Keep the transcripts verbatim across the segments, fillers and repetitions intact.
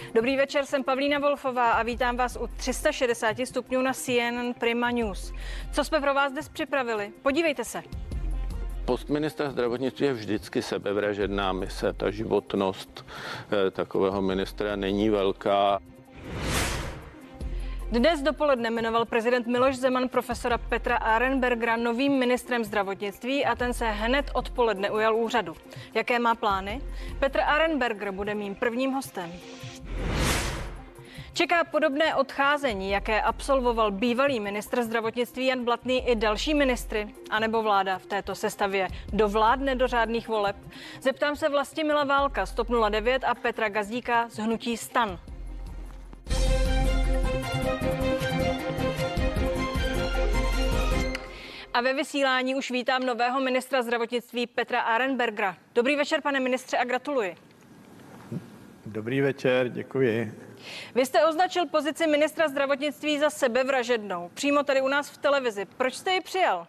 Dobrý večer, jsem Pavlína Wolfová a vítám vás u tři sta šedesát stupňů na C N N Prima News. Co jsme pro vás dnes připravili? Podívejte se. Post ministra zdravotnictví je vždycky sebevražedná mise. Ta životnost eh, takového ministra není velká. Dnes dopoledne jmenoval prezident Miloš Zeman profesora Petra Arenbergera novým ministrem zdravotnictví a ten se hned odpoledne ujal úřadu. Jaké má plány? Petr Arenberger bude mým prvním hostem. Čeká podobné odcházení, jaké absolvoval bývalý ministr zdravotnictví Jan Blatný i další ministry, anebo vláda v této sestavě dovládne do řádných voleb? Zeptám se Vlastimila Válka z TOP nula devět a Petra Gazdíka z hnutí STAN. A ve vysílání už vítám nového ministra zdravotnictví Petra Arenbergera. Dobrý večer, pane ministře, a gratuluji. Dobrý večer, děkuji. Vy jste označil pozici ministra zdravotnictví za sebevražednou, přímo tady u nás v televizi. Proč jste ji přijal?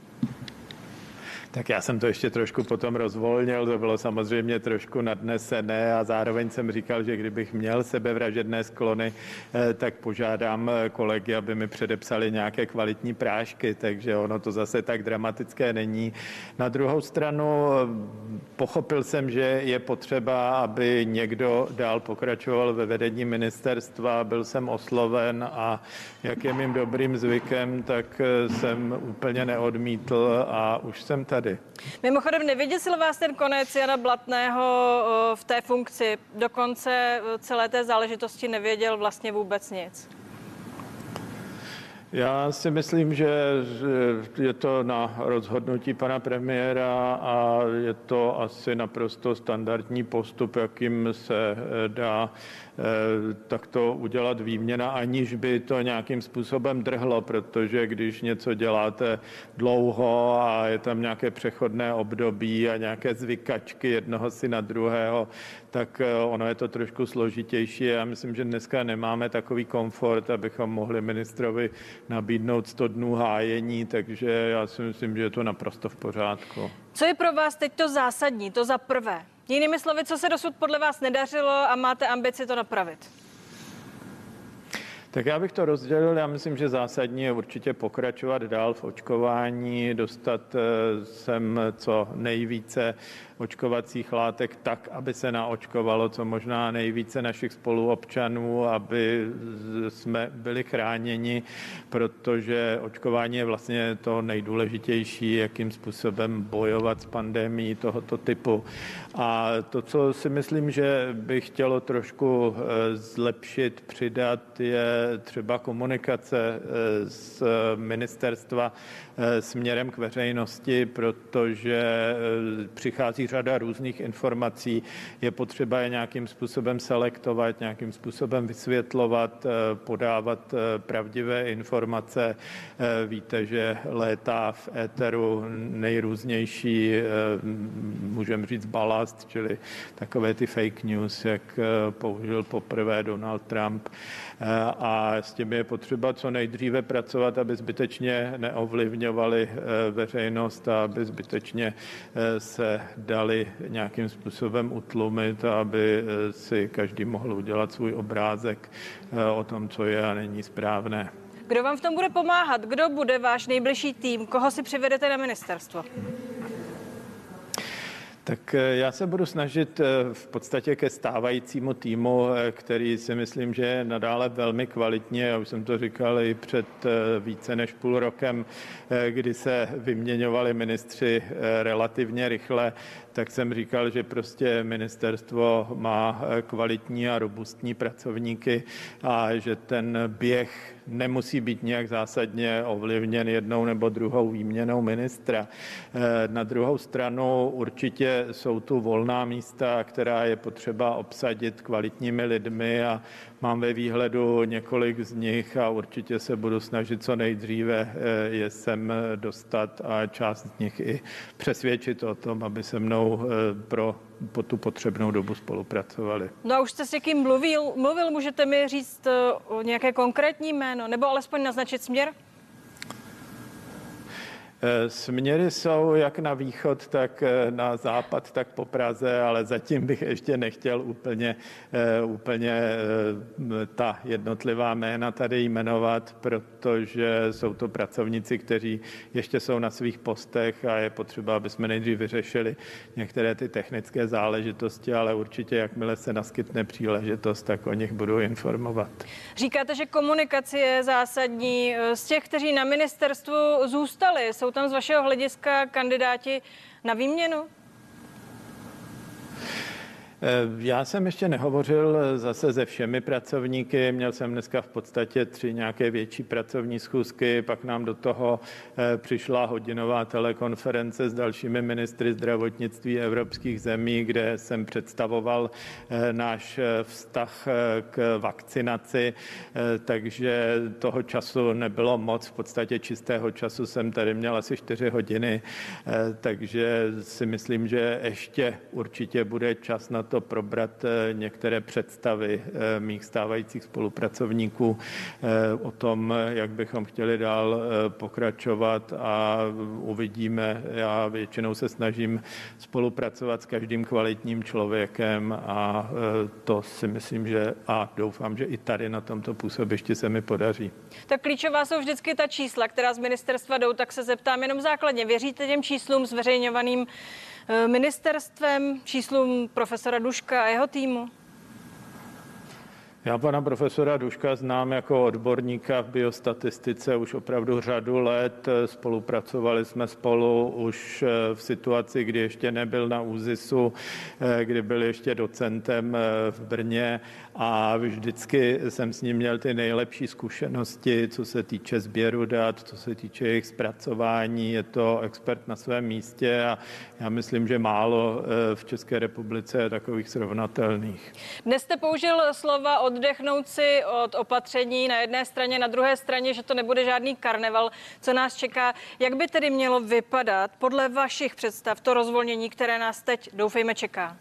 Tak já jsem to ještě trošku potom rozvolnil, to bylo samozřejmě trošku nadnesené a zároveň jsem říkal, že kdybych měl sebevražedné sklony, tak požádám kolegy, aby mi předepsali nějaké kvalitní prášky, takže ono to zase tak dramatické není. Na druhou stranu pochopil jsem, že je potřeba, aby někdo dál pokračoval ve vedení ministerstva, byl jsem osloven a jak je mým dobrým zvykem, tak jsem úplně neodmítl a už jsem tady. Mimochodem, nevyděsil vás ten konec Jana Blatného v té funkci? Dokonce celé té záležitosti nevěděl vlastně vůbec nic. Já si myslím, že je to na rozhodnutí pana premiéra a je to asi naprosto standardní postup, jakým se dá takto udělat výměna, aniž by to nějakým způsobem drhlo, protože když něco děláte dlouho a je tam nějaké přechodné období a nějaké zvykačky jednoho si na druhého, tak ono je to trošku složitější. Já myslím, že dneska nemáme takový komfort, abychom mohli ministrovi nabídnout sto dnů hájení, takže já si myslím, že je to naprosto v pořádku. Co je pro vás teď to zásadní, to za prvé? Jinými slovy, co se dosud podle vás nedařilo a máte ambici to napravit? Tak já bych to rozdělil. Já myslím, že zásadní je určitě pokračovat dál v očkování, dostat sem co nejvíce očkovacích látek tak, aby se naočkovalo co možná nejvíce našich spoluobčanů, aby jsme byli chráněni, protože očkování je vlastně to nejdůležitější, jakým způsobem bojovat s pandemií tohoto typu. A to, co si myslím, že by chtělo trošku zlepšit, přidat, je třeba komunikace z ministerstva směrem k veřejnosti, protože přichází řada různých informací. Je potřeba je nějakým způsobem selektovat, nějakým způsobem vysvětlovat, podávat pravdivé informace. Víte, že létá v éteru nejrůznější, můžeme říct, balast, čili takové ty fake news, jak použil poprvé Donald Trump. A s tím je potřeba co nejdříve pracovat, aby zbytečně neovlivňovali veřejnost a aby zbytečně se dali nějakým způsobem utlumit, aby si každý mohl udělat svůj obrázek o tom, co je a není správné. Kdo vám v tom bude pomáhat? Kdo bude váš nejbližší tým? Koho si přivedete na ministerstvo? Tak já se budu snažit v podstatě ke stávajícímu týmu, který si myslím, že je nadále velmi kvalitní. Já už jsem to říkal i před více než půl rokem, kdy se vyměňovali ministři relativně rychle, tak jsem říkal, že prostě ministerstvo má kvalitní a robustní pracovníky a že ten běh nemusí být nějak zásadně ovlivněn jednou nebo druhou výměnou ministra. Na druhou stranu určitě jsou tu volná místa, která je potřeba obsadit kvalitními lidmi a mám ve výhledu několik z nich a určitě se budu snažit co nejdříve je sem dostat a část z nich i přesvědčit o tom, aby se mnou pro po tu potřebnou dobu spolupracovali. No a už jste s někým mluvil, mluvil, můžete mi říct nějaké konkrétní jméno nebo alespoň naznačit směr? Směry jsou jak na východ, tak na západ, tak po Praze, ale zatím bych ještě nechtěl úplně, úplně ta jednotlivá jména tady jmenovat, protože jsou to pracovníci, kteří ještě jsou na svých postech a je potřeba, aby jsme nejdřív vyřešili některé ty technické záležitosti, ale určitě, jakmile se naskytne příležitost, tak o nich budu informovat. Říkáte, že komunikace je zásadní. Z těch, kteří na ministerstvu zůstali, jsou tam z vašeho hlediska kandidáti na výměnu? Já jsem ještě nehovořil zase se všemi pracovníky, měl jsem dneska v podstatě tři nějaké větší pracovní schůzky, pak nám do toho přišla hodinová telekonference s dalšími ministry zdravotnictví evropských zemí, kde jsem představoval náš vztah k vakcinaci, takže toho času nebylo moc, v podstatě čistého času jsem tady měl asi čtyři hodiny, takže si myslím, že ještě určitě bude čas na to probrat některé představy mých stávajících spolupracovníků o tom, jak bychom chtěli dál pokračovat a uvidíme. Já většinou se snažím spolupracovat s každým kvalitním člověkem a to si myslím, že a doufám, že i tady na tomto působišti se mi podaří. Tak klíčová jsou vždycky ta čísla, která z ministerstva jdou, tak se zeptám jenom základně. Věříte těm číslům zveřejňovaným ministerstvem, číslům profesora Duška a jeho týmu? Já pana profesora Duška znám jako odborníka v biostatistice už opravdu řadu let. Spolupracovali jsme spolu už v situaci, kdy ještě nebyl na ÚZISu, kdy byl ještě docentem v Brně a vždycky jsem s ním měl ty nejlepší zkušenosti, co se týče sběru dat, co se týče jejich zpracování. Je to expert na svém místě a já myslím, že málo v České republice je takových srovnatelných. Dnes jste použil slova oddechnout si od opatření na jedné straně, na druhé straně, že to nebude žádný karneval, co nás čeká. Jak by tedy mělo vypadat podle vašich představ to rozvolnění, které nás teď, doufejme, čeká?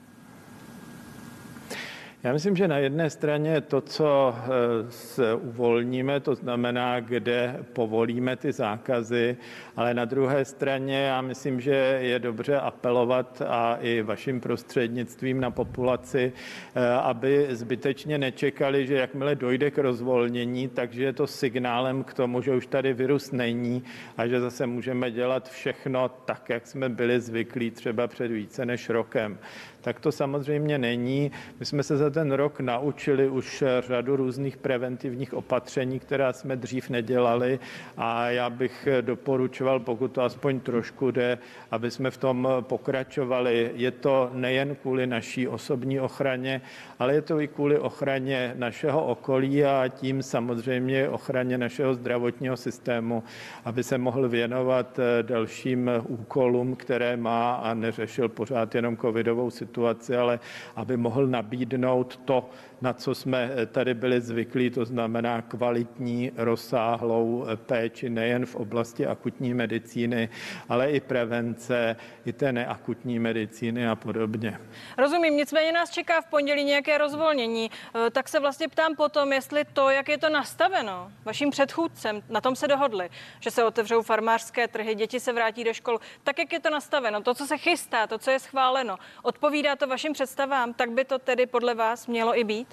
Já myslím, že na jedné straně to, co se uvolníme, to znamená, kde povolíme ty zákazy, ale na druhé straně já myslím, že je dobře apelovat a i vaším prostřednictvím na populaci, aby zbytečně nečekali, že jakmile dojde k rozvolnění, takže je to signálem k tomu, že už tady virus není a že zase můžeme dělat všechno tak, jak jsme byli zvyklí třeba před více než rokem. Tak to samozřejmě není. My jsme se za ten rok naučili už řadu různých preventivních opatření, která jsme dřív nedělali a já bych doporučoval, pokud to aspoň trošku jde, aby jsme v tom pokračovali. Je to nejen kvůli naší osobní ochraně, ale je to i kvůli ochraně našeho okolí a tím samozřejmě ochraně našeho zdravotního systému, aby se mohl věnovat dalším úkolům, které má a neřešil pořád jenom covidovou situaci, ale aby mohl nabídnout to, na co jsme tady byli zvyklí, to znamená kvalitní, rozsáhlou péči nejen v oblasti akutní medicíny, ale i prevence, i té neakutní medicíny a podobně. Rozumím, nicméně nás čeká v pondělí nějaké rozvolnění. Tak se vlastně ptám potom, jestli to, jak je to nastaveno vaším předchůdcem, na tom se dohodli, že se otevřou farmářské trhy, děti se vrátí do škol. Tak, jak je to nastaveno, to, co se chystá, to, co je schváleno, odpovídá to vašim představám, tak by to tedy podle vás mělo i být?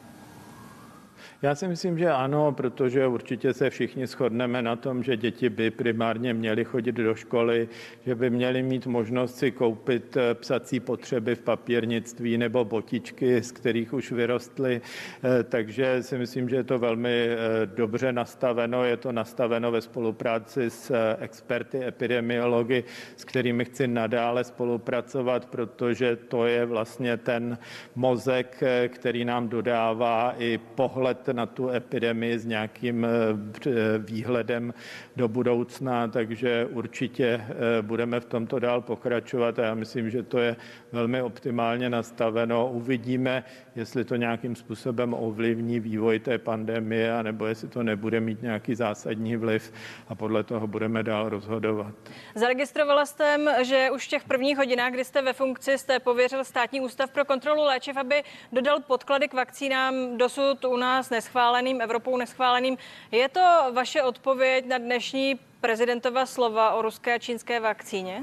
Já si myslím, že ano, protože určitě se všichni shodneme na tom, že děti by primárně měly chodit do školy, že by měly mít možnost si koupit psací potřeby v papírnictví nebo botičky, z kterých už vyrostly. Takže si myslím, že je to velmi dobře nastaveno. Je to nastaveno ve spolupráci s experty, epidemiology, s kterými chci nadále spolupracovat, protože to je vlastně ten mozek, který nám dodává i pohled na tu epidemii s nějakým výhledem do budoucna, takže určitě budeme v tomto dál pokračovat a já myslím, že to je velmi optimálně nastaveno. Uvidíme, jestli to nějakým způsobem ovlivní vývoj té pandemie, anebo jestli to nebude mít nějaký zásadní vliv a podle toho budeme dál rozhodovat. Zaregistrovala jste, že už v těch prvních hodinách, kdy jste ve funkci, jste pověřil Státní ústav pro kontrolu léčiv, aby dodal podklady k vakcínám. Dosud u nás neschváleným, Evropou neschváleným. Je to vaše odpověď na dnešní prezidentova slova o ruské a čínské vakcíně?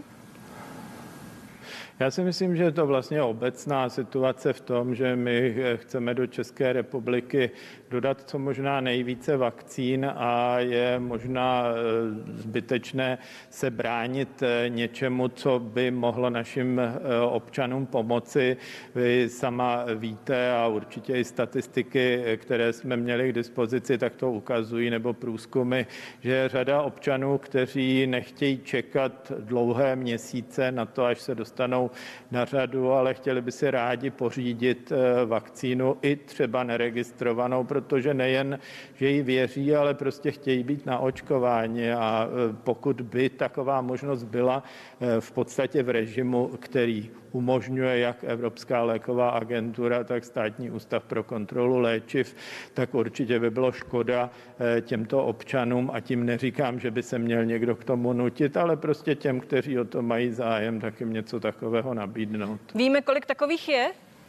Já si myslím, že je to vlastně obecná situace v tom, že my chceme do České republiky dodat co možná nejvíce vakcín a je možná zbytečné se bránit něčemu, co by mohlo našim občanům pomoci. Vy sama víte a určitě i statistiky, které jsme měli k dispozici, tak to ukazují, nebo průzkumy, že je řada občanů, kteří nechtějí čekat dlouhé měsíce na to, až se dostanou na řadu, ale chtěli by si rádi pořídit vakcínu i třeba neregistrovanou, protože nejen, že jí věří, ale prostě chtějí být naočkováni a pokud by taková možnost byla v podstatě v režimu, který umožňuje jak Evropská léková agentura, tak Státní ústav pro kontrolu léčiv, tak určitě by bylo škoda těmto občanům a tím neříkám, že by se měl někdo k tomu nutit, ale prostě těm, kteří o to mají zájem, tak jim něco takového nabídnout. Víme, kolik takových je?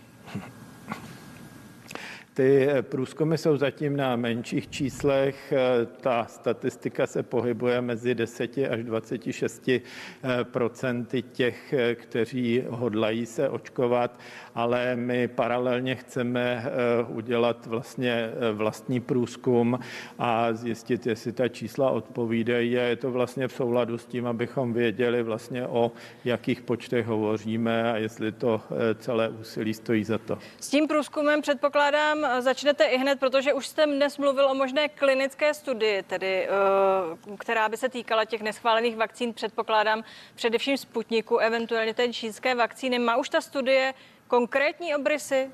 Ty průzkumy jsou zatím na menších číslech. Ta statistika se pohybuje mezi deset až dvacet šest procenty těch, kteří hodlají se očkovat, ale my paralelně chceme udělat vlastně vlastní průzkum a zjistit, jestli ta čísla odpovídají a je to vlastně v souladu s tím, abychom věděli vlastně o jakých počtech hovoříme a jestli to celé úsilí stojí za to. S tím průzkumem předpokládám, začnete i hned, protože už jste dnes mluvil o možné klinické studii, tedy, která by se týkala těch neschválených vakcín, předpokládám především Sputniku, eventuálně té čínské vakcíny. Má už ta studie konkrétní obrysy?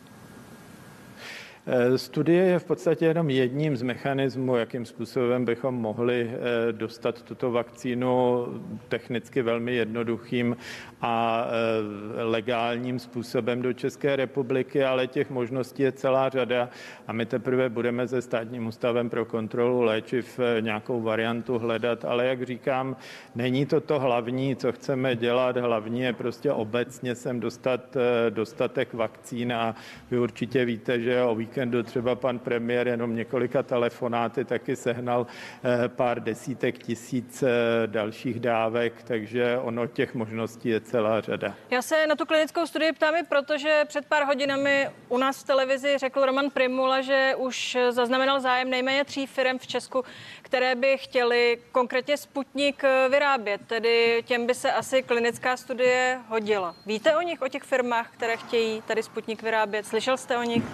Studie je v podstatě jenom jedním z mechanismů, jakým způsobem bychom mohli dostat tuto vakcínu technicky velmi jednoduchým a legálním způsobem do České republiky, ale těch možností je celá řada a my teprve budeme se Státním ústavem pro kontrolu léčiv nějakou variantu hledat, ale jak říkám, není to to hlavní, co chceme dělat, hlavní je prostě obecně sem dostat dostatek vakcín a vy určitě víte, že o víkendu třeba pan premiér jenom několika telefonáty taky sehnal pár desítek tisíc dalších dávek, takže ono těch možností je celá řada. Já se na tu klinickou studii ptám i proto, že před pár hodinami u nás v televizi řekl Roman Prymula, že už zaznamenal zájem nejméně tří firem v Česku, které by chtěly konkrétně Sputnik vyrábět, tedy těm by se asi klinická studie hodila. Víte o nich, o těch firmách, které chtějí tady Sputnik vyrábět? Slyšel jste o nich?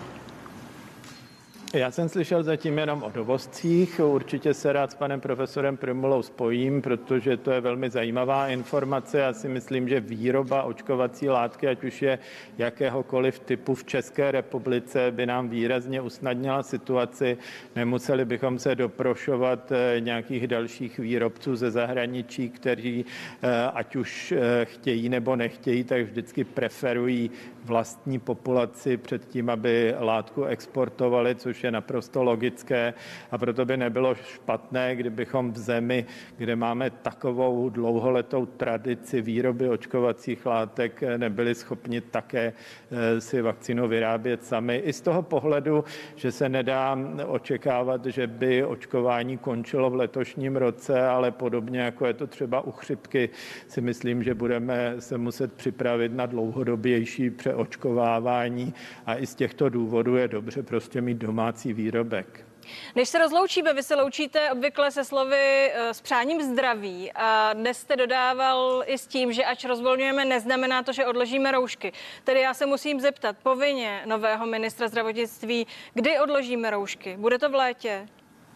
Já jsem slyšel zatím jenom o dovozcích. Určitě se rád s panem profesorem Prymulou spojím, protože to je velmi zajímavá informace. Já si myslím, že výroba očkovací látky, ať už je jakéhokoliv typu v České republice, by nám výrazně usnadnila situaci. Nemuseli bychom se doprošovat nějakých dalších výrobců ze zahraničí, kteří ať už chtějí nebo nechtějí, tak vždycky preferují vlastní populaci před tím, aby látku exportovali, což je naprosto logické a proto by nebylo špatné, kdybychom v zemi, kde máme takovou dlouholetou tradici výroby očkovacích látek, nebyli schopni také si vakcínu vyrábět sami. I z toho pohledu, že se nedá očekávat, že by očkování končilo v letošním roce, ale podobně jako je to třeba u chřipky, si myslím, že budeme se muset připravit na dlouhodobější přeočkovávání a i z těchto důvodů je dobře prostě mít domácí výrobek. Než se rozloučíme, vy se loučíte obvykle se slovy s přáním zdraví a dnes jste dodával i s tím, že ač rozvolňujeme, neznamená to, že odložíme roušky. Tedy já se musím zeptat povinně nového ministra zdravotnictví, kdy odložíme roušky? Bude to v létě?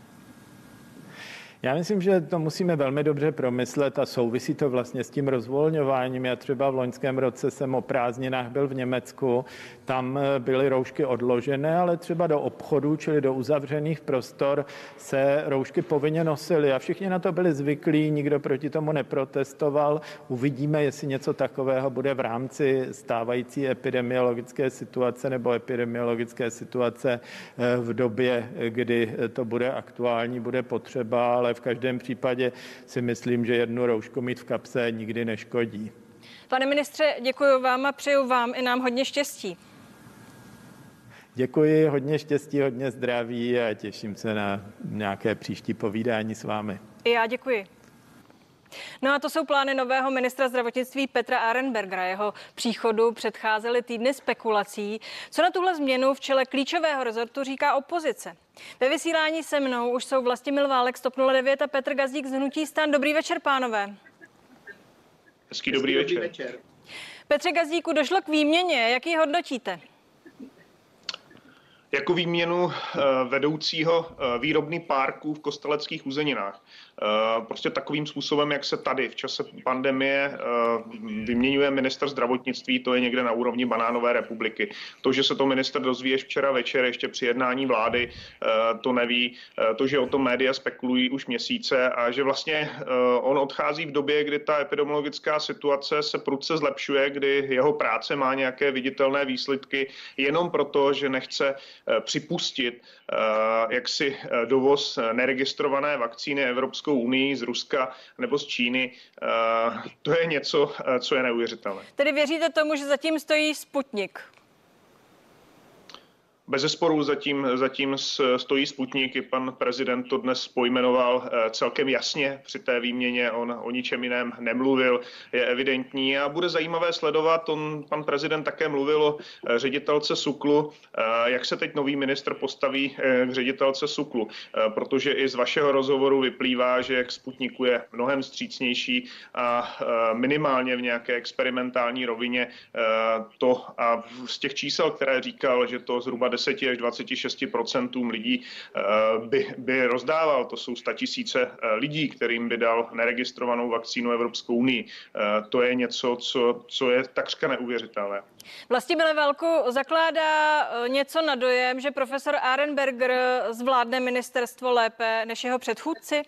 Já myslím, že to musíme velmi dobře promyslet a souvisí to vlastně s tím rozvolňováním. Já třeba v loňském roce jsem o prázdninách byl v Německu, tam byly roušky odložené, ale třeba do obchodů, čili do uzavřených prostor, se roušky povinně nosily a všichni na to byli zvyklí, nikdo proti tomu neprotestoval. Uvidíme, jestli něco takového bude v rámci stávající epidemiologické situace nebo epidemiologické situace v době, kdy to bude aktuální, bude potřeba, ale v každém případě si myslím, že jednu roušku mít v kapse nikdy neškodí. Pane ministře, děkuji vám a přeju vám i nám hodně štěstí. Děkuji, hodně štěstí, hodně zdraví a těším se na nějaké příští povídání s vámi. I já děkuji. No a to jsou plány nového ministra zdravotnictví Petra Arenbergera. Jeho příchodu předcházely týdny spekulací. Co na tuhle změnu v čele klíčového rezortu říká opozice? Ve vysílání se mnou už jsou Vlastimil Válek z TOP nula devět a Petr Gazdík z hnutí STAN. Dobrý večer, pánové. Hezký dobrý, dobrý večer. večer. Petře Gazdíku, došlo k výměně. Jak ji hodnotíte? Jako výměnu vedoucího výrobny párků v Kosteleckých uzeninách. Prostě takovým způsobem, jak se tady v čase pandemie vyměňuje ministr zdravotnictví, to je někde na úrovni banánové republiky. To, že se to ministr dozví až včera večer, ještě při jednání vlády, to neví. To, že o tom média spekulují už měsíce a že vlastně on odchází v době, kdy ta epidemiologická situace se prudce zlepšuje, kdy jeho práce má nějaké viditelné výsledky, jenom proto, že nechce připustit jaksi dovoz neregistrované vakcíny Evropskou unii z Ruska nebo z Číny. To je něco, co je neuvěřitelné. Tedy věříte tomu, že zatím stojí Sputnik? Bezesporu zatím, zatím stojí Sputnik, i pan prezident to dnes pojmenoval celkem jasně při té výměně, on o ničem jiném nemluvil, je evidentní a bude zajímavé sledovat, on, pan prezident také mluvil o ředitelce SÚKLu, jak se teď nový ministr postaví k ředitelce SÚKLu, protože i z vašeho rozhovoru vyplývá, že k Sputniku je mnohem vstřícnější a minimálně v nějaké experimentální rovině to a z těch čísel, které říkal, že to zhruba deset až dvacet šest procent lidí by, by rozdával. To jsou statisíce lidí, kterým by dal neregistrovanou vakcínu Evropskou unii. To je něco, co, co je takřka neuvěřitelné. Vlastimile Válku, zakládá něco na dojem, že profesor Arenberger zvládne ministerstvo lépe než jeho předchůdci?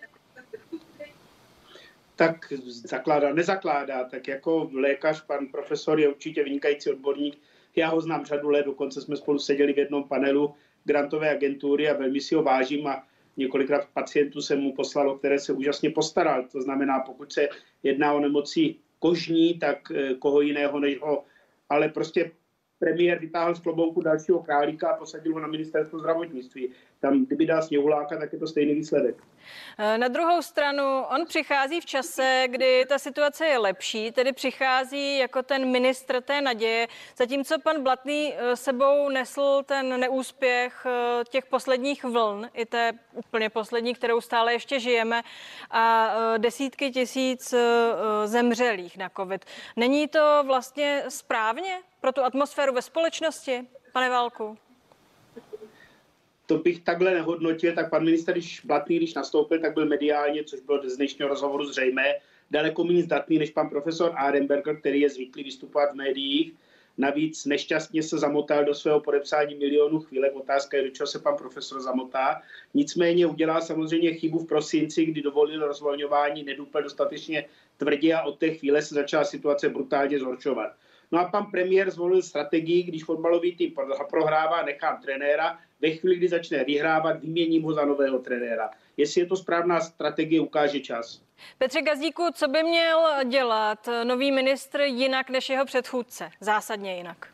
Tak zakládá, nezakládá. Tak jako lékař pan profesor je určitě vynikající odborník. Já ho znám řadu let, dokonce jsme spolu seděli v jednom panelu grantové agentury a velmi si ho vážím a několikrát pacientů jsem mu poslal, o které se úžasně postaral. To znamená, pokud se jedná o nemoci kožní, tak koho jiného než ho. Ale prostě premiér vytáhl z klobouku dalšího králíka a posadil ho na ministerstvo zdravotnictví. Tam, kdyby dal Sněhuláka, tak je to stejný výsledek. Na druhou stranu, on přichází v čase, kdy ta situace je lepší, tedy přichází jako ten ministr té naděje, zatímco pan Blatný sebou nesl ten neúspěch těch posledních vln, i té úplně poslední, kterou stále ještě žijeme, a desítky tisíc zemřelých na covid. Není to vlastně správně pro tu atmosféru ve společnosti, pane Válku? To bych takhle nehodnotil, tak pan minister, když Blatný, když nastoupil, tak byl mediálně, což bylo z dnešního rozhovoru zřejmé, daleko méně zdatný než pan profesor Arenberger, který je zvyklý vystupovat v médiích. Navíc nešťastně se zamotal do svého podepsání milionů chvílek. Otázka je, do čeho se pan profesor zamotá. Nicméně udělal samozřejmě chybu v prosinci, kdy dovolil rozvolňování, nedupl dostatečně tvrdě a od té chvíle se začala situace brutálně zhoršovat. No a pan premiér zvolil strategii, když fotbalový tým prohrává, nechám trenéra, ve chvíli, kdy začne vyhrávat, vyměním ho za nového trenéra. Jestli je to správná strategie, ukáže čas. Petře Gazdíku, co by měl dělat nový ministr jinak než jeho předchůdce? Zásadně jinak.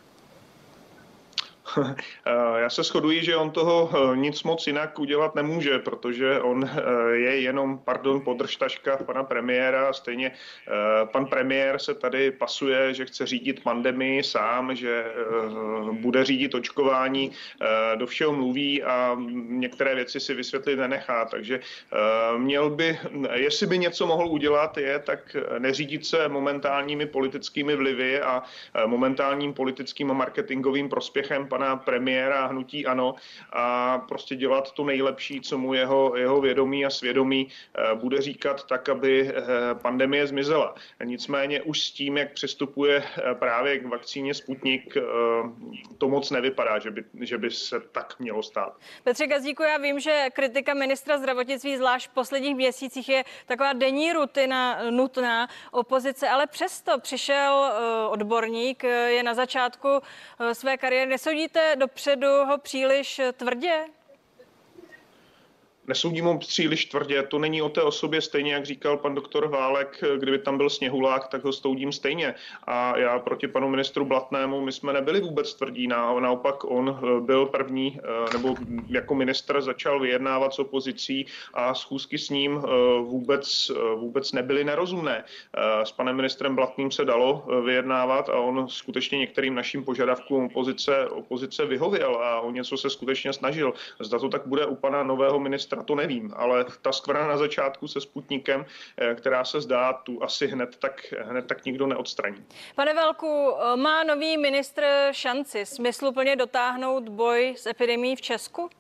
Já se shoduji, že on toho nic moc jinak udělat nemůže, protože on je jenom, pardon, podržtaška pana premiéra. Stejně pan premiér se tady pasuje, že chce řídit pandemii sám, že bude řídit očkování, do všeho mluví a některé věci si vysvětlit nenechá. Takže měl by, jestli by něco mohl udělat, je tak neřídit se momentálními politickými vlivy a momentálním politickým a marketingovým prospěchem pana premiéra hnutí ANO a prostě dělat to nejlepší, co mu jeho, jeho vědomí a svědomí bude říkat tak, aby pandemie zmizela. Nicméně už s tím, jak přistupuje právě k vakcíně Sputnik, to moc nevypadá, že by, že by se tak mělo stát. Petře Gazdíku, já vím, že kritika ministra zdravotnictví zvlášť v posledních měsících je taková denní rutina nutná opozice, ale přesto přišel odborník, je na začátku své kariéry. Nesoudíte dopředu ho příliš tvrdě? Nesoudím ho příliš tvrdě, to není o té osobě, stejně jak říkal pan doktor Válek, kdyby tam byl Sněhulák, tak ho soudím stejně. A já proti panu ministru Blatnému, my jsme nebyli vůbec tvrdí, naopak on byl první, nebo jako ministr začal vyjednávat s opozicí a schůzky s ním vůbec, vůbec nebyly nerozumné. S panem ministrem Blatným se dalo vyjednávat a on skutečně některým našim požadavkům opozice, opozice vyhověl a o něco se skutečně snažil. Zda to tak bude u pana nového ministra, to nevím, ale ta skvrna na začátku se Sputnikem, která se zdá, tu asi hned tak, hned tak nikdo neodstraní. Pane Válku, má nový ministr šanci smysluplně dotáhnout boj s epidemií v Česku?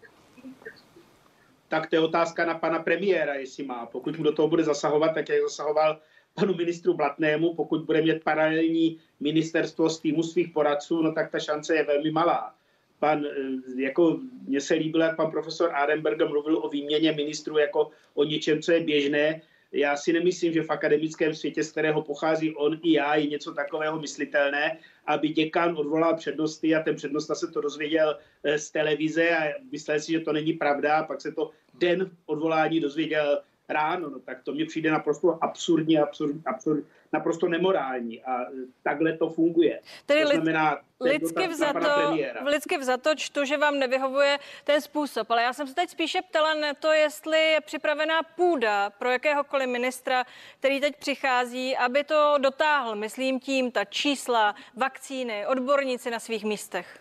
Tak to je otázka na pana premiéra, jestli má. Pokud mu do toho bude zasahovat, tak jak zasahoval panu ministru Blatnému, pokud bude mít paralelní ministerstvo z týmu svých poradců, no tak ta šance je velmi malá. Pan, jako mně se líbilo, jak pan profesor Arenberger mluvil o výměně ministrů jako o něčem, co je běžné. Já si nemyslím, že v akademickém světě, z kterého pochází on i já, je něco takového myslitelné, aby děkan odvolal přednosty a ten přednosta se to dozvěděl z televize a myslel si, že to není pravda a pak se to den odvolání dozvěděl ráno. No, tak to mně přijde naprosto absurdní, absurd, absurd, naprosto nemorální a takhle to funguje. Tedy to znamená, lidsky vzato, lidsky vzato čtu, že vám nevyhovuje ten způsob, ale já jsem se teď spíše ptala na to, jestli je připravená půda pro jakéhokoliv ministra, který teď přichází, aby to dotáhl, myslím tím ta čísla, vakcíny, odborníci na svých místech.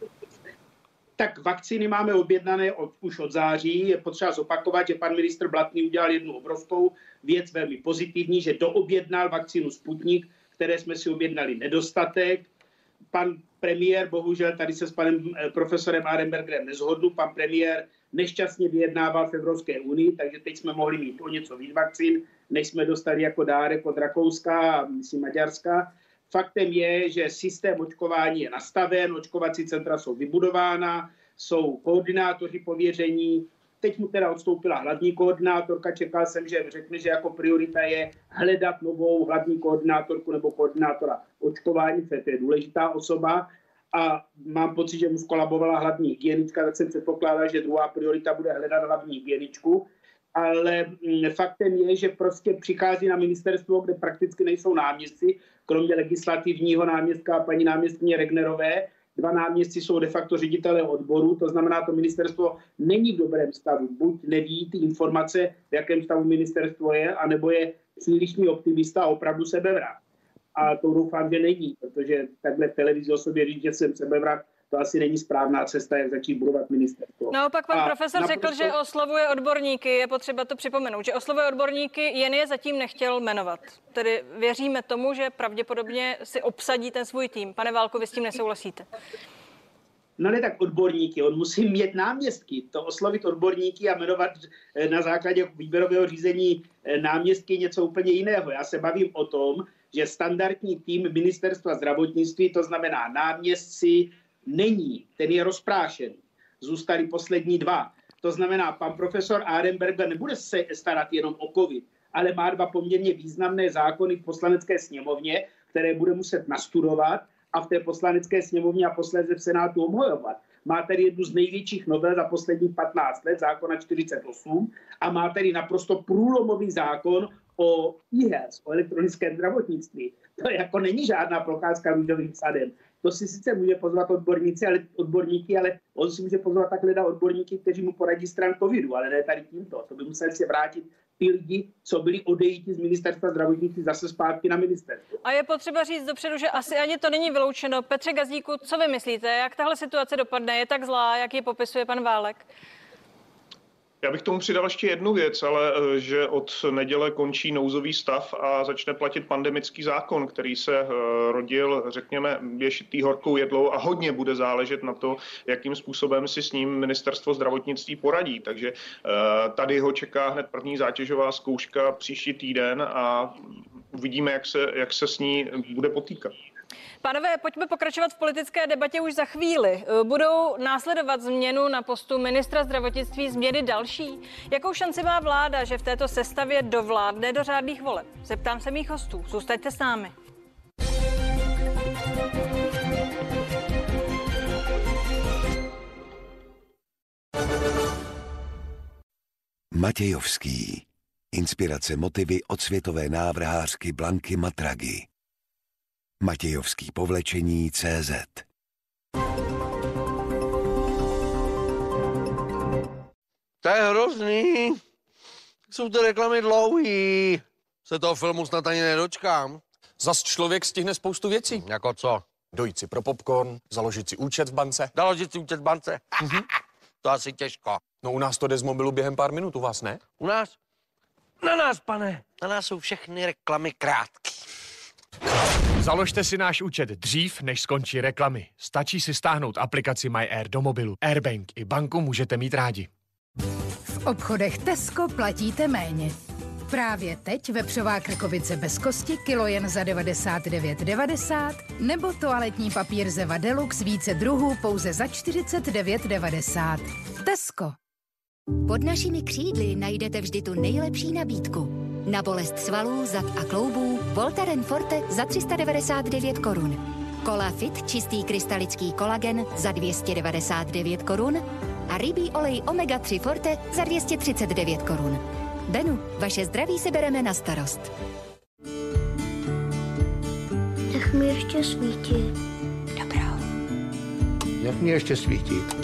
Tak vakcíny máme objednané od, už od září. Je potřeba zopakovat, že pan ministr Blatný udělal jednu obrovskou věc, velmi pozitivní, že doobjednal vakcínu Sputnik, které jsme si objednali nedostatek. Pan premiér, bohužel tady se s panem profesorem Arenbergerem nezhodnu, pan premiér nešťastně vyjednával v Evropské unii, takže teď jsme mohli mít o něco víc vakcín, než jsme dostali jako dárek od Rakouska a myslím Maďarska. Faktem je, že systém očkování je nastaven, očkovací centra jsou vybudována, jsou koordinátoři pověření. Teď mu teda odstoupila hlavní koordinátorka, čekal jsem, že řekne, že jako priorita je hledat novou hlavní koordinátorku nebo koordinátora očkování, to je důležitá osoba. A mám pocit, že mu skolabovala hlavní hygienička, tak jsem předpokládal, že druhá priorita bude hledat hlavní hygieničku. Ale faktem je, že prostě přichází na ministerstvo, kde prakticky nejsou náměstci, kromě legislativního náměstka a paní náměstkyně Regnerové. Dva náměstci jsou de facto ředitelé odboru, to znamená, to ministerstvo není v dobrém stavu. Buď neví ty informace, v jakém stavu ministerstvo je, anebo je přílišný optimista a opravdu sebevrah. A to doufám, že není, protože takhle v televizi o sobě říct, že jsem sebevrah, to asi není správná cesta, jak začít budovat ministerstvo. Naopak pan a profesor naprosto... řekl, že oslovuje odborníky, je potřeba to připomenout, že oslovuje odborníky, jen je zatím nechtěl jmenovat. Tedy věříme tomu, že pravděpodobně si obsadí ten svůj tým. Pane Válku, vy s tím nesouhlasíte? No ne tak odborníky, on musí mít náměstky. To oslovit odborníky a jmenovat na základě výběrového řízení náměstky něco úplně jiného. Já se bavím o tom, že standardní tým ministerstva zdravotnictví, to znamená náměstci, není, ten je rozprášen. Zůstali poslední dva. To znamená, pan profesor Arenberger nebude se starat jenom o covid, ale má dva poměrně významné zákony v poslanecké sněmovně, které bude muset nastudovat a v té poslanecké sněmovně a posléze v Senátu obhajovat. Má tady jednu z největších novel za posledních patnáct let, zákona čtyřicet osm, a má tady naprosto průlomový zákon o e-health, o elektronickém zdravotnictví. To jako není žádná procházka růžovým sadem. To si sice může pozvat odborníci, ale, odborníky, ale on si může pozvat takhle na odborníky, kteří mu poradí stran covidu, ale ne tady tímto. To by musel se vrátit ty lidi, co byli odejiti z ministerstva zdravotnictví zase zpátky na ministerstvo. A je potřeba říct dopředu, že asi ani to není vyloučeno. Petře Gazdíku, co vy myslíte? Jak tahle situace dopadne? Je tak zlá, jak ji popisuje pan Válek? Já bych tomu přidal ještě jednu věc, ale že od neděle končí nouzový stav a začne platit pandemický zákon, který se rodil, řekněme, běžitý horkou jedlou a hodně bude záležet na to, jakým způsobem si s ním ministerstvo zdravotnictví poradí. Takže tady ho čeká hned první zátěžová zkouška příští týden a uvidíme, jak se, jak se s ní bude potýkat. Pánové, pojďme pokračovat v politické debatě už za chvíli. Budou následovat změnu na postu ministra zdravotnictví, změny další? Jakou šanci má vláda, že v této sestavě dovládne do řádných voleb? Zeptám se mých hostů. Zůstaňte s námi. Matějovský. Inspirace motivy od světové návrhářky Blanky Matragi. Matějovský povlečení tečka cé zet. To je hrozný. Jsou ty reklamy dlouhý. Se toho filmu snad ani nedočkám. Zas člověk stihne spoustu věcí. Jako co? Dojít si pro popcorn, založit si účet v bance. Založit si účet v bance? Mhm. To asi těžko. No u nás to jde z mobilu během pár minut, u vás ne? U nás? Na nás, pane. Na nás jsou všechny reklamy krátké. Založte si náš účet dřív, než skončí reklamy. Stačí si stáhnout aplikaci MyAir do mobilu. Airbank i banku můžete mít rádi. V obchodech Tesco platíte méně. Právě teď vepřová krkovice bez kosti kilo jen za devadesát devět devadesát nebo toaletní papír Zeva Deluxe více druhů pouze za čtyřicet devět devadesát. Tesco. Pod našimi křídly najdete vždy tu nejlepší nabídku. Na bolest svalů, zad a kloubů Voltaren Forte za tři sta devadesát devět korun. Colafit čistý krystalický kolagen za dvě stě devadesát devět korun a rybí olej omega tři Forte za dvě stě třicet devět korun. Benu, vaše zdraví si bereme na starost. Nech mi ještě svítit. Dobrá. Nech mi ještě svítit.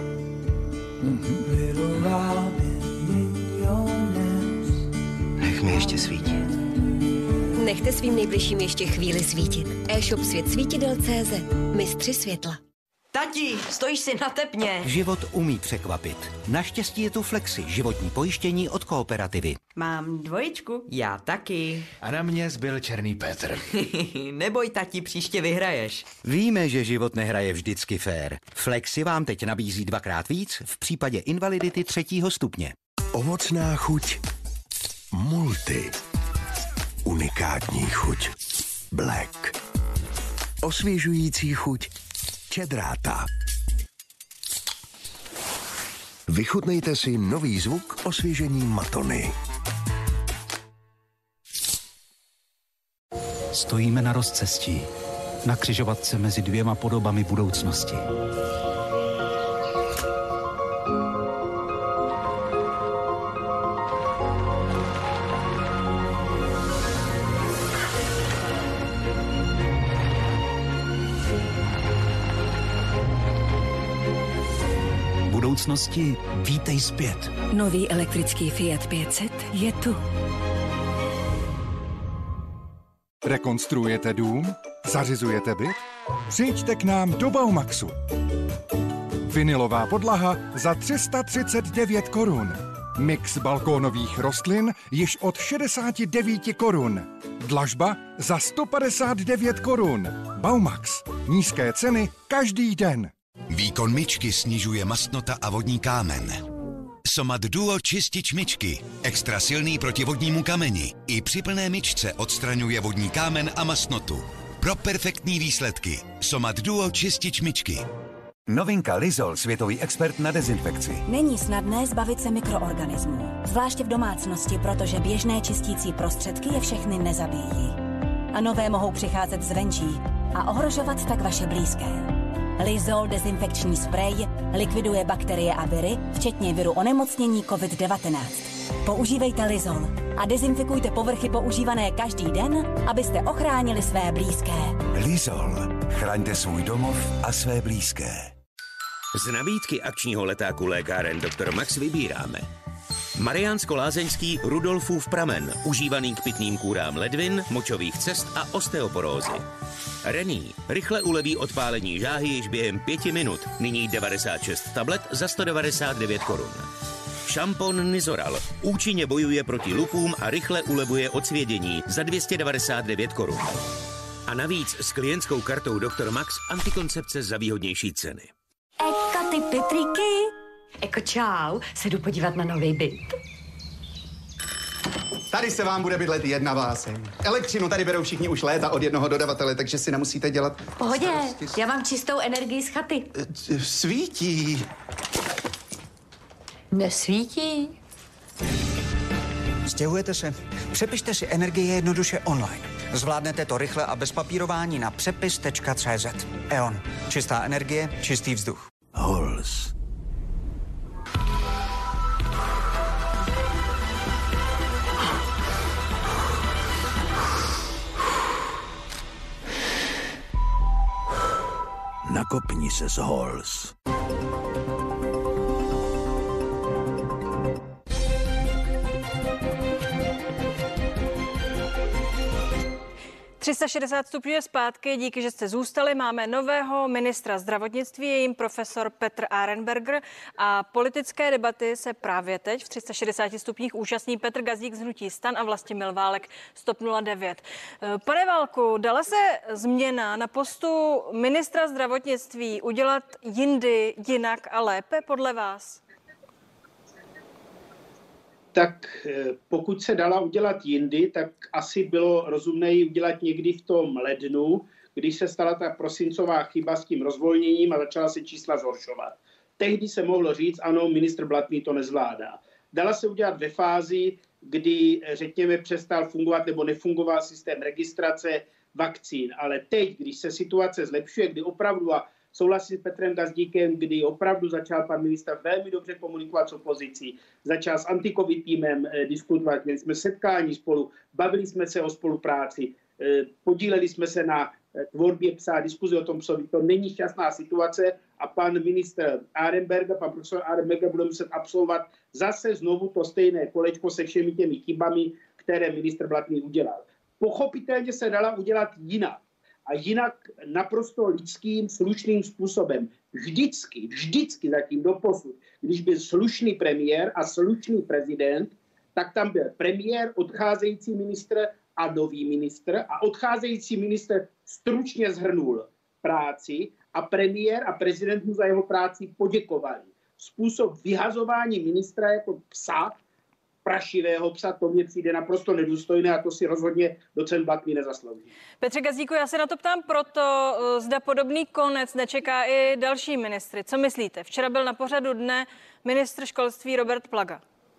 Nech mi ještě svítit. Nechte svým nejbližším ještě chvíli svítit. E-shop Svět svítidel tečka cé zet. Mistři světla. Tati, stojíš si na tepně. Život umí překvapit. Naštěstí je tu Flexi, životní pojištění od Kooperativy. Mám dvojičku. Já taky. A na mě zbyl černý Petr. Neboj, tati, příště vyhraješ. Víme, že život nehraje vždycky fér. Flexi vám teď nabízí dvakrát víc v případě invalidity třetího stupně. Ovocná chuť Multi. Unikátní chuť Black. Osvěžující chuť Čedráta. Vychutnejte si nový zvuk osvěžení Matony. Stojíme na rozcestí, na křižovatce mezi dvěma podobami budoucnosti. Budoucnosti vítej zpět. Nový elektrický Fiat pět set je tu. Rekonstruujete dům? Zařizujete byt? Přijďte k nám do Baumaxu. Vinylová podlaha za tři sta třicet devět korun. Mix balkónových rostlin již od šedesát devět korun. Dlažba za sto padesát devět korun. Baumax. Nízké ceny každý den. Výkon myčky snižuje mastnota a vodní kámen. Somat Duo čistič myčky. Extra silný proti vodnímu kameni. I při plné myčce odstraňuje vodní kámen a mastnotu. Pro perfektní výsledky. Somat Duo čistič myčky. Novinka Lizol, světový expert na dezinfekci. Není snadné zbavit se mikroorganismů. Zvláště v domácnosti, protože běžné čistící prostředky je všechny nezabíjí. A nové mohou přicházet zvenčí a ohrožovat tak vaše blízké. Lizol dezinfekční sprej likviduje bakterie a viry, včetně viru onemocnění covid devatenáct. Používejte Lizol a dezinfikujte povrchy používané každý den, abyste ochránili své blízké. Lizol. Chraňte svůj domov a své blízké. Z nabídky akčního letáku lékáren doktor Max vybíráme Mariánsko-Lázeňský Rudolfův pramen, užívaný k pitným kůrám ledvin, močových cest a osteoporózy. Rení rychle uleví odpálení žáhy již během pěti minut, nyní devadesát šest tablet za sto devadesát devět korun. Šampon Nizoral účinně bojuje proti lupům a rychle ulevuje odsvědění za dvě stě devadesát devět korun. A navíc s klientskou kartou doktor Max antikoncepce za výhodnější ceny. Eka ty Petriky. Eko čau, se jdu podívat na nový byt. Tady se vám bude bydlet jedna báseň. Elektřinu tady berou všichni už léta od jednoho dodavatele, takže si nemusíte dělat... V pohodě, já mám čistou energii z chaty. Svítí. Nesvítí. Stěhujete se? Přepište si energie jednoduše online. Zvládnete to rychle a bez papírování na přepis tečka cé zet. E O N. Čistá energie, čistý vzduch. Hols. nakopni se s Halls. tři sta šedesát stupňů je zpátky, díky, že jste zůstali. Máme nového ministra zdravotnictví, je jim profesor Petr Arenberger a politické debaty se právě teď v tři sta šedesáti stupních účastní Petr Gazdík z hnutí STAN a Vlastimil Válek z TOP nula devět. Pane Válku, dala se změna na postu ministra zdravotnictví udělat jindy, jinak a lépe podle vás? Tak pokud se dala udělat jindy, tak asi bylo rozumné ji udělat někdy v tom lednu, když se stala ta prosincová chyba s tím rozvolněním a začala se čísla zhoršovat. Tehdy se mohlo říct, ano, ministr Blatný to nezvládá. Dala se udělat ve fázi, kdy, řekněme, přestal fungovat nebo nefungoval systém registrace vakcín. Ale teď, když se situace zlepšuje, kdy opravdu, a souhlasím s Petrem Gazdíkem, kdy opravdu začal pan ministr velmi dobře komunikovat s opozicí, začal s anti-covid týmem eh, diskutovat, měli jsme setkání spolu, bavili jsme se o spolupráci, eh, podíleli jsme se na eh, tvorbě psa, diskuzi o tom psovi. To není šťastná situace a pan ministr Arenberger, pan profesor Arenberger bude muset absolvovat zase znovu to stejné kolečko se všemi těmi chybami, které ministr Blatný udělal. Pochopitelně se dala udělat jinak. A jinak naprosto lidským, slušným způsobem. Vždycky, vždycky zatím doposud, když byl slušný premiér a slušný prezident, tak tam byl premiér, odcházející ministr a nový ministr a odcházející ministr stručně zhrnul práci a premiér a prezident mu za jeho práci poděkovali. Způsob vyhazování ministra jako psa, prašivého psa, to mně přijde naprosto nedůstojné a to si rozhodně docent Blatný nezaslouží. Petře Gazdíku, já se na to ptám proto, zda podobný konec nečeká i další ministry. Co myslíte? Včera byl na pořadu dne ministr školství Robert Plaga.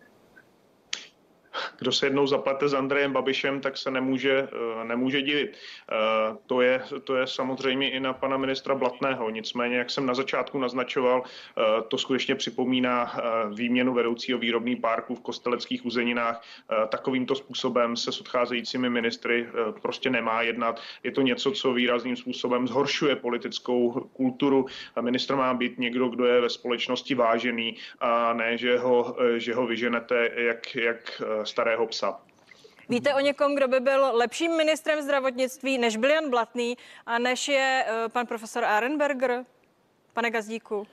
Kdo se jednou zaplete s Andrejem Babišem, tak se nemůže, nemůže divit. To je, to je samozřejmě i na pana ministra Blatného. Nicméně, jak jsem na začátku naznačoval, to skutečně připomíná výměnu vedoucího výrobní parku v Kosteleckých uzeninách. Takovýmto způsobem se s odcházejícími ministry prostě nemá jednat. Je to něco, co výrazným způsobem zhoršuje politickou kulturu. Ministr má být někdo, kdo je ve společnosti vážený a ne, že ho, že ho vyženete jak, jak starého psa. Víte o někom, kdo by byl lepším ministrem zdravotnictví, než byl Jan Blatný a než je uh, pan profesor Arenberger? Pane Gazdíku.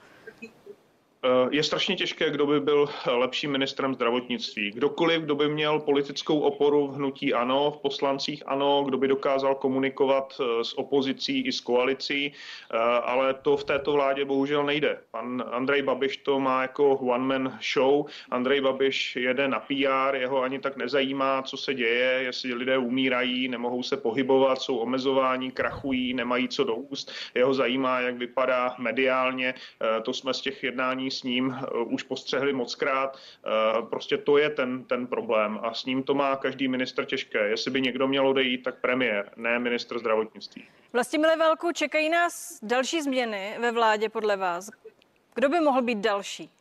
Je strašně těžké, kdo by byl lepším ministrem zdravotnictví. Kdokoliv, kdo by měl politickou oporu v hnutí ANO, v poslancích ANO, kdo by dokázal komunikovat s opozicí i s koalicí, ale to v této vládě bohužel nejde. Pan Andrej Babiš to má jako one-man show. Andrej Babiš jede na P R, jeho ani tak nezajímá, co se děje, jestli lidé umírají, nemohou se pohybovat, jsou omezováni, krachují, nemají co do úst. Jeho zajímá, jak vypadá mediálně. To jsme z těch jednání s ním uh, už postřehli mockrát. Uh, prostě to je ten, ten problém a s ním to má každý ministr těžké. Jestli by někdo měl odejít, tak premiér, ne ministr zdravotnictví. Vlastimile Válku, čekají nás další změny ve vládě podle vás. Kdo by mohl být další?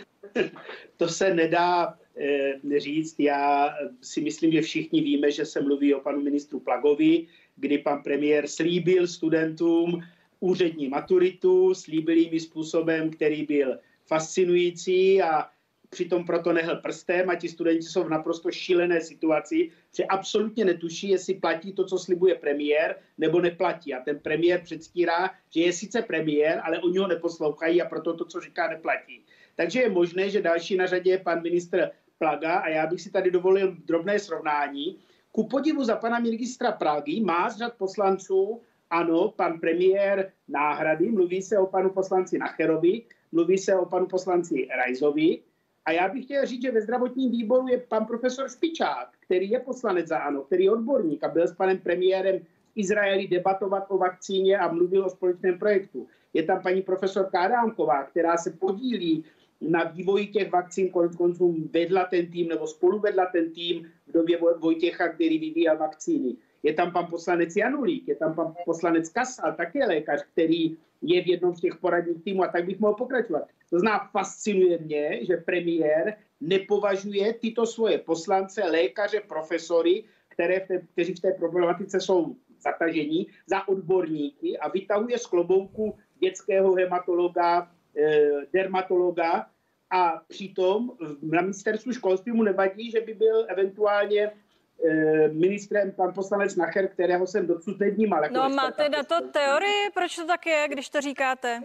To se nedá e, říct. Já si myslím, že všichni víme, že se mluví o panu ministru Plagovi, kdy pan premiér slíbil studentům úřední maturitu, slíbil jim způsobem, který byl fascinující a přitom proto nehl prstem a ti studenti jsou v naprosto šílené situaci, že absolutně netuší, jestli platí to, co slibuje premiér, nebo neplatí. A ten premiér předstírá, že je sice premiér, ale oni ho neposlouchají a proto to, co říká, neplatí. Takže je možné, že další na řadě je pan ministr Plaga a já bych si tady dovolil drobné srovnání. Ku podivu za pana ministra Plagy má z řad poslanců ano, pan premiér náhrady, mluví se o panu poslanci Nacherovi, mluví se o panu poslanci Rajzovi. A já bych chtěl říct, že ve zdravotním výboru je pan profesor Špičák, který je poslanec za ANO, který je odborník a byl s panem premiérem v Izraeli debatovat o vakcíně a mluvil o společném projektu. Je tam paní profesorka Adámková, která se podílí na vývoji těch vakcín, konec konců vedla ten tým nebo spolu vedla ten tým v době Vojtěcha, který vyvíjel vakcíny. Je tam pan poslanec Janulík, je tam pan poslanec Kasal, také lékař, který je v jednom z těch poradních týmů a tak bych mohl pokračovat. To znamená, fascinuje mě, že premiér nepovažuje tyto svoje poslance, lékaře, profesory, které v té, kteří v té problematice jsou zatažení za odborníky a vytahuje z klobouku dětského hematologa, dermatologa a přitom na ministerstvu školství mu nevadí, že by byl eventuálně ministrem pan poslanec Nacher, kterého jsem dosud nevnímal. Jako no máte na to teorii, proč to tak je, když to říkáte?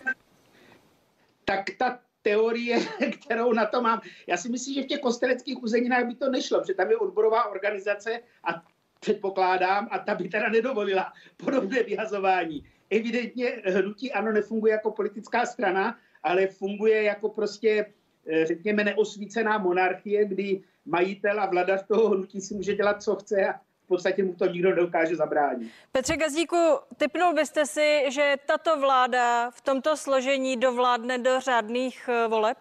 Tak ta teorie, kterou na to mám, já si myslím, že v těch kosteleckých uzeninách by to nešlo, protože tam je odborová organizace a předpokládám, a ta by teda nedovolila podobné vyhazování. Evidentně hnutí ANO nefunguje jako politická strana, ale funguje jako prostě, řekněme, neosvícená monarchie, kdy majitel a vladař toho hnutí si může dělat, co chce a v podstatě mu to nikdo nedokáže zabránit. Petře Gazdíku, tipnul byste si, že tato vláda v tomto složení dovládne do řádných voleb?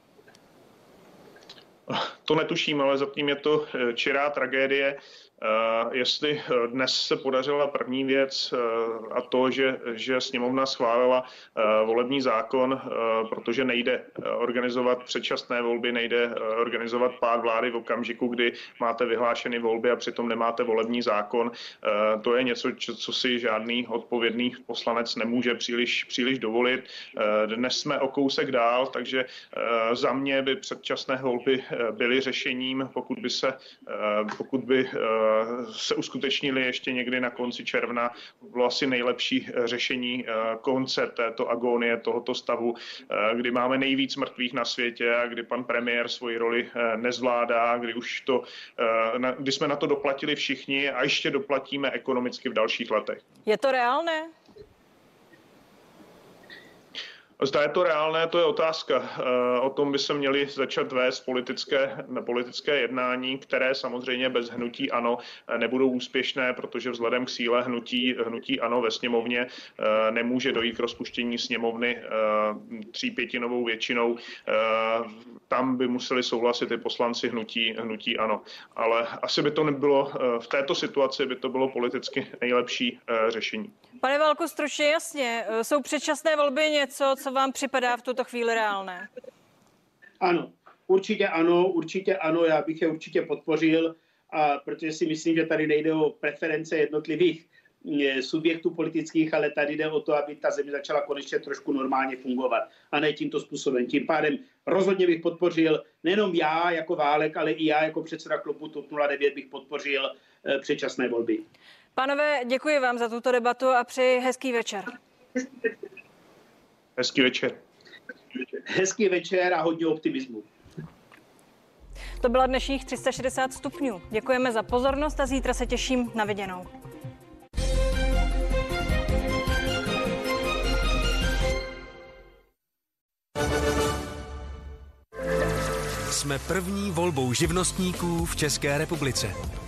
To netuším, ale zatím je to čirá tragédie. Uh, jestli dnes se podařila první věc uh, a to, že, že sněmovna schválila uh, volební zákon, uh, protože nejde uh, organizovat předčasné volby, nejde uh, organizovat pád vlády v okamžiku, kdy máte vyhlášeny volby a přitom nemáte volební zákon. Uh, to je něco, čo, co si žádný odpovědný poslanec nemůže příliš, příliš dovolit. Uh, dnes jsme o kousek dál, takže uh, za mě by předčasné volby uh, byly řešením, pokud by se, uh, pokud by uh, se uskutečnili ještě někdy na konci června. Bylo asi nejlepší řešení konce této agónie, tohoto stavu, kdy máme nejvíc mrtvých na světě a kdy pan premiér svoji roli nezvládá, kdy už to, kdy jsme na to doplatili všichni a ještě doplatíme ekonomicky v dalších letech. Je to reálné? Zda je to reálné, to je otázka. O tom by se měly začat vést politické, politické jednání, které samozřejmě bez hnutí ANO nebudou úspěšné, protože vzhledem k síle hnutí, hnutí ANO ve sněmovně nemůže dojít k rozpuštění sněmovny třípětinovou většinou. Tam by museli souhlasit i poslanci hnutí, hnutí ANO. Ale asi by to nebylo, v této situaci by to bylo politicky nejlepší řešení. Pane Válku, stručně jasně, jsou předčasné volby něco, co vám připadá v tuto chvíli reálné? Ano, určitě ano, určitě ano, já bych je určitě podpořil, a protože si myslím, že tady nejde o preference jednotlivých subjektů politických, ale tady jde o to, aby ta země začala konečně trošku normálně fungovat a ne tímto způsobem. Tím pádem rozhodně bych podpořil, nejenom já jako Válek, ale i já jako předseda klubu TOP nula devět bych podpořil předčasné volby. Pánové, děkuji vám za tuto debatu a přeji hezký večer. Hezký večer. Hezký večer a hodně optimismu. To byla dnešních tři sta šedesát stupňů. Děkujeme za pozornost a zítra se těším na viděnou. Jsme první volbou živnostníků v České republice.